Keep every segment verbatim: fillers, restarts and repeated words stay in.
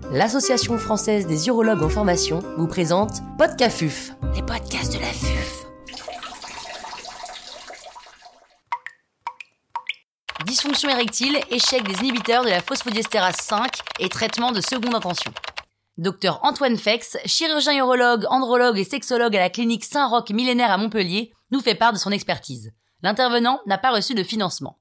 l'Association française des urologues en formation vous présente Podcafuf, les podcasts de la F U F. Dysfonction érectile, échec des inhibiteurs de la phosphodiestérase cinq et traitement de seconde intention. Docteur Antoine Fex, chirurgien urologue, andrologue et sexologue à la clinique Saint-Roch millénaire à Montpellier, nous fait part de son expertise. L'intervenant n'a pas reçu de financement.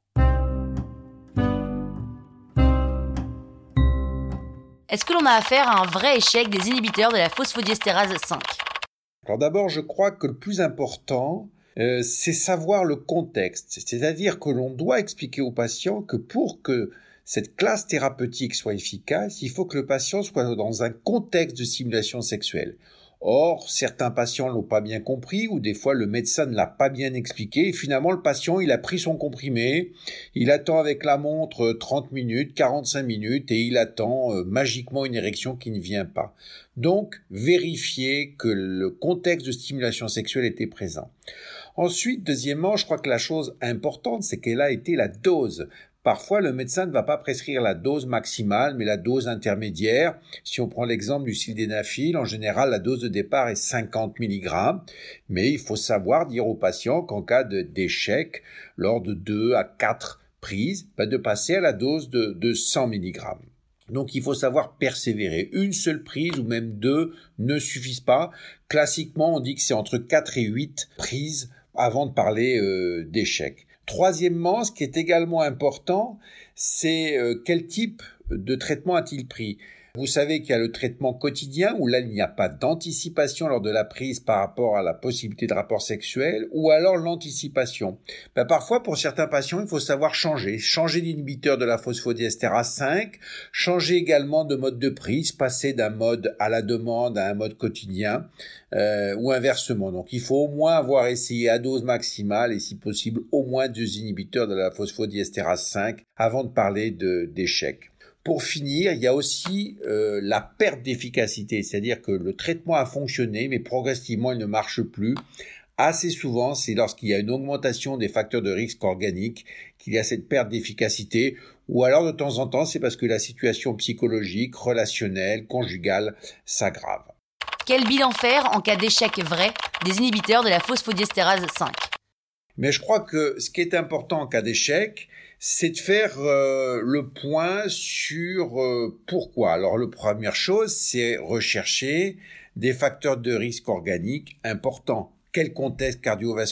Est-ce que l'on a affaire à un vrai échec des inhibiteurs de la phosphodiestérase cinq ? Alors d'abord, je crois que le plus important, euh, c'est savoir le contexte. C'est-à-dire que l'on doit expliquer au patient que pour que cette classe thérapeutique soit efficace, il faut que le patient soit dans un contexte de stimulation sexuelle. Or, certains patients l'ont pas bien compris ou des fois le médecin ne l'a pas bien expliqué et finalement le patient il a pris son comprimé, il attend avec la montre trente minutes, quarante-cinq minutes et il attend euh, magiquement une érection qui ne vient pas. Donc, vérifier que le contexte de stimulation sexuelle était présent. Ensuite, deuxièmement, je crois que la chose importante, c'est quelle a été la dose. Parfois, le médecin ne va pas prescrire la dose maximale, mais la dose intermédiaire. Si on prend l'exemple du sildenafil, en général, la dose de départ est cinquante milligrammes. Mais il faut savoir dire au patient qu'en cas de, d'échec, lors de deux à quatre prises, bah de passer à la dose de, de cent milligrammes. Donc, il faut savoir persévérer. Une seule prise ou même deux ne suffisent pas. Classiquement, on dit que c'est entre quatre et huit prises avant de parler euh, d'échec. Troisièmement, ce qui est également important, c'est euh, quel type de traitement a-t-il pris ? Vous savez qu'il y a le traitement quotidien où là il n'y a pas d'anticipation lors de la prise par rapport à la possibilité de rapport sexuel ou alors l'anticipation. Ben, parfois pour certains patients il faut savoir changer, changer d'inhibiteur de la phosphodiestérase cinq, changer également de mode de prise, passer d'un mode à la demande à un mode quotidien euh, ou inversement. Donc il faut au moins avoir essayé à dose maximale et si possible au moins deux inhibiteurs de la phosphodiestérase cinq avant de parler de, d'échec. Pour finir, il y a aussi euh, la perte d'efficacité, c'est-à-dire que le traitement a fonctionné, mais progressivement, il ne marche plus. Assez souvent, c'est lorsqu'il y a une augmentation des facteurs de risque organiques qu'il y a cette perte d'efficacité, ou alors de temps en temps, c'est parce que la situation psychologique, relationnelle, conjugale s'aggrave. Quel bilan faire en cas d'échec vrai des inhibiteurs de la phosphodiestérase cinq ? Mais je crois que ce qui est important en cas d'échec, c'est de faire euh, le point sur euh, pourquoi. Alors, la première chose, c'est rechercher des facteurs de risque organique importants. Quel contexte cardiovasculaire ?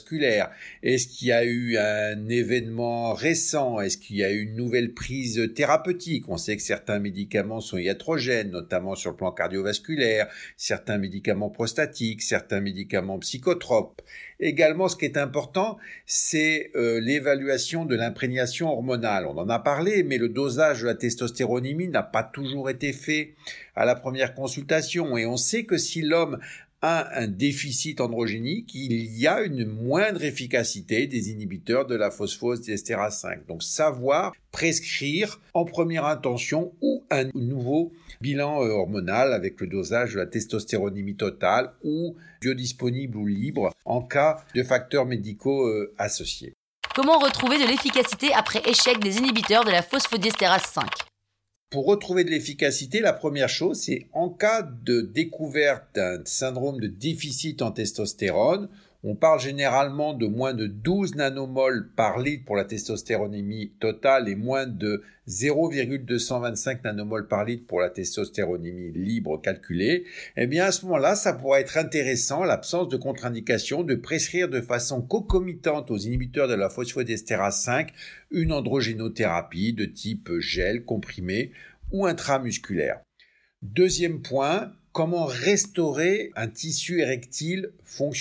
Est-ce qu'il y a eu un événement récent ? Est-ce qu'il y a eu une nouvelle prise thérapeutique ? On sait que certains médicaments sont iatrogènes, notamment sur le plan cardiovasculaire, certains médicaments prostatiques, certains médicaments psychotropes. Également, ce qui est important, c'est euh, l'évaluation de l'imprégnation hormonale. On en a parlé, mais le dosage de la testostéronémie n'a pas toujours été fait à la première consultation. Et on sait que si l'homme a un déficit androgénique, il y a une moindre efficacité des inhibiteurs de la phosphodiestérase cinq. Donc, savoir prescrire en première intention ou un nouveau bilan hormonal avec le dosage de la testostéronémie totale ou biodisponible ou libre en cas de facteurs médicaux euh, associés. Comment retrouver de l'efficacité après échec des inhibiteurs de la phosphodiestérase cinq ? Pour retrouver de l'efficacité, la première chose, c'est en cas de découverte d'un syndrome de déficit en testostérone, on parle généralement de moins de douze nanomoles par litre pour la testostéronémie totale et moins de zéro virgule deux cent vingt-cinq nanomoles par litre pour la testostéronémie libre calculée. Eh bien, à ce moment-là, ça pourrait être intéressant, l'absence de contre-indication, de prescrire de façon concomitante aux inhibiteurs de la phosphodiestérase cinq une androgénothérapie de type gel, comprimé ou intramusculaire. Deuxième point, comment restaurer un tissu érectile fonctionnel ?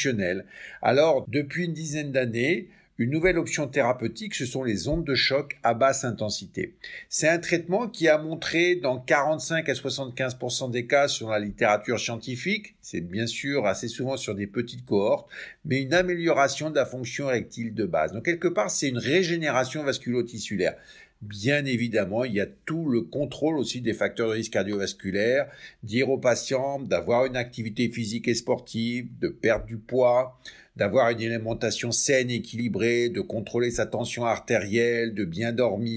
Alors, depuis une dizaine d'années, une nouvelle option thérapeutique, ce sont les ondes de choc à basse intensité. C'est un traitement qui a montré dans quarante-cinq à soixante-quinze pour cent des cas sur la littérature scientifique, c'est bien sûr assez souvent sur des petites cohortes, mais une amélioration de la fonction érectile de base. Donc quelque part, c'est une régénération vasculo-tissulaire. Bien évidemment, il y a tout le contrôle aussi des facteurs de risque cardiovasculaire, dire aux patients d'avoir une activité physique et sportive, de perdre du poids, d'avoir une alimentation saine et équilibrée, de contrôler sa tension artérielle, de bien dormir,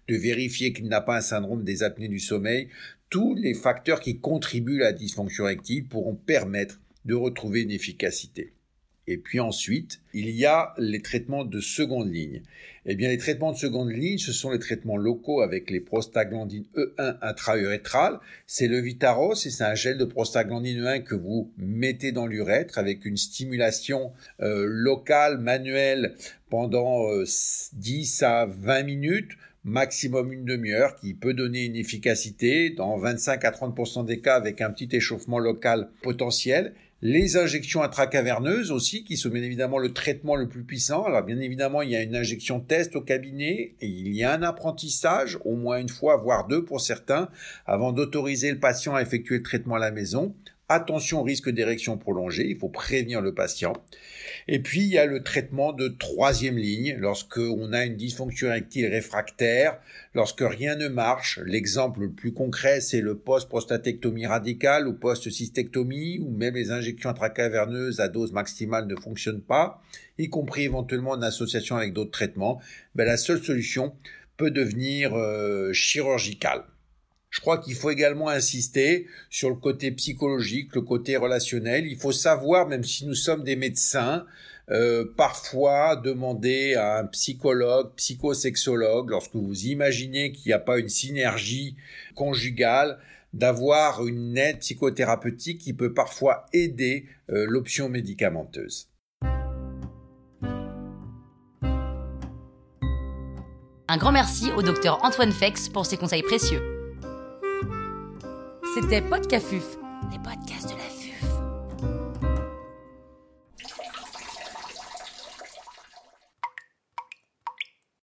de vérifier qu'il n'a pas un syndrome des apnées du sommeil. Tous les facteurs qui contribuent à la dysfonction érectile pourront permettre de retrouver une efficacité. Et puis ensuite, il y a les traitements de seconde ligne. Eh bien, les traitements de seconde ligne, ce sont les traitements locaux avec les prostaglandines E un intra-urétrales. C'est le Vitaros et c'est un gel de prostaglandine E un que vous mettez dans l'urètre avec une stimulation euh, locale, manuelle pendant euh, dix à vingt minutes, maximum une demi-heure, qui peut donner une efficacité dans vingt-cinq à trente pour cent des cas avec un petit échauffement local potentiel. Les injections intracaverneuses aussi, qui sont bien évidemment le traitement le plus puissant. Alors bien évidemment, il y a une injection test au cabinet et il y a un apprentissage, au moins une fois, voire deux pour certains, avant d'autoriser le patient à effectuer le traitement à la maison. Attention au risque d'érection prolongée, il faut prévenir le patient. Et puis, il y a le traitement de troisième ligne, lorsqu'on a une dysfonction érectile réfractaire, lorsque rien ne marche. L'exemple le plus concret, c'est le post-prostatectomie radicale ou post-cystectomie, où même les injections intracaverneuses à dose maximale ne fonctionnent pas, y compris éventuellement en association avec d'autres traitements. Ben, la seule solution peut devenir euh, chirurgicale. Je crois qu'il faut également insister sur le côté psychologique, le côté relationnel. Il faut savoir, même si nous sommes des médecins, euh, parfois demander à un psychologue, psychosexologue, lorsque vous imaginez qu'il n'y a pas une synergie conjugale, d'avoir une aide psychothérapeutique qui peut parfois aider euh, l'option médicamenteuse. Un grand merci au docteur Antoine Fex pour ses conseils précieux. C'était Podcafuf, les podcasts.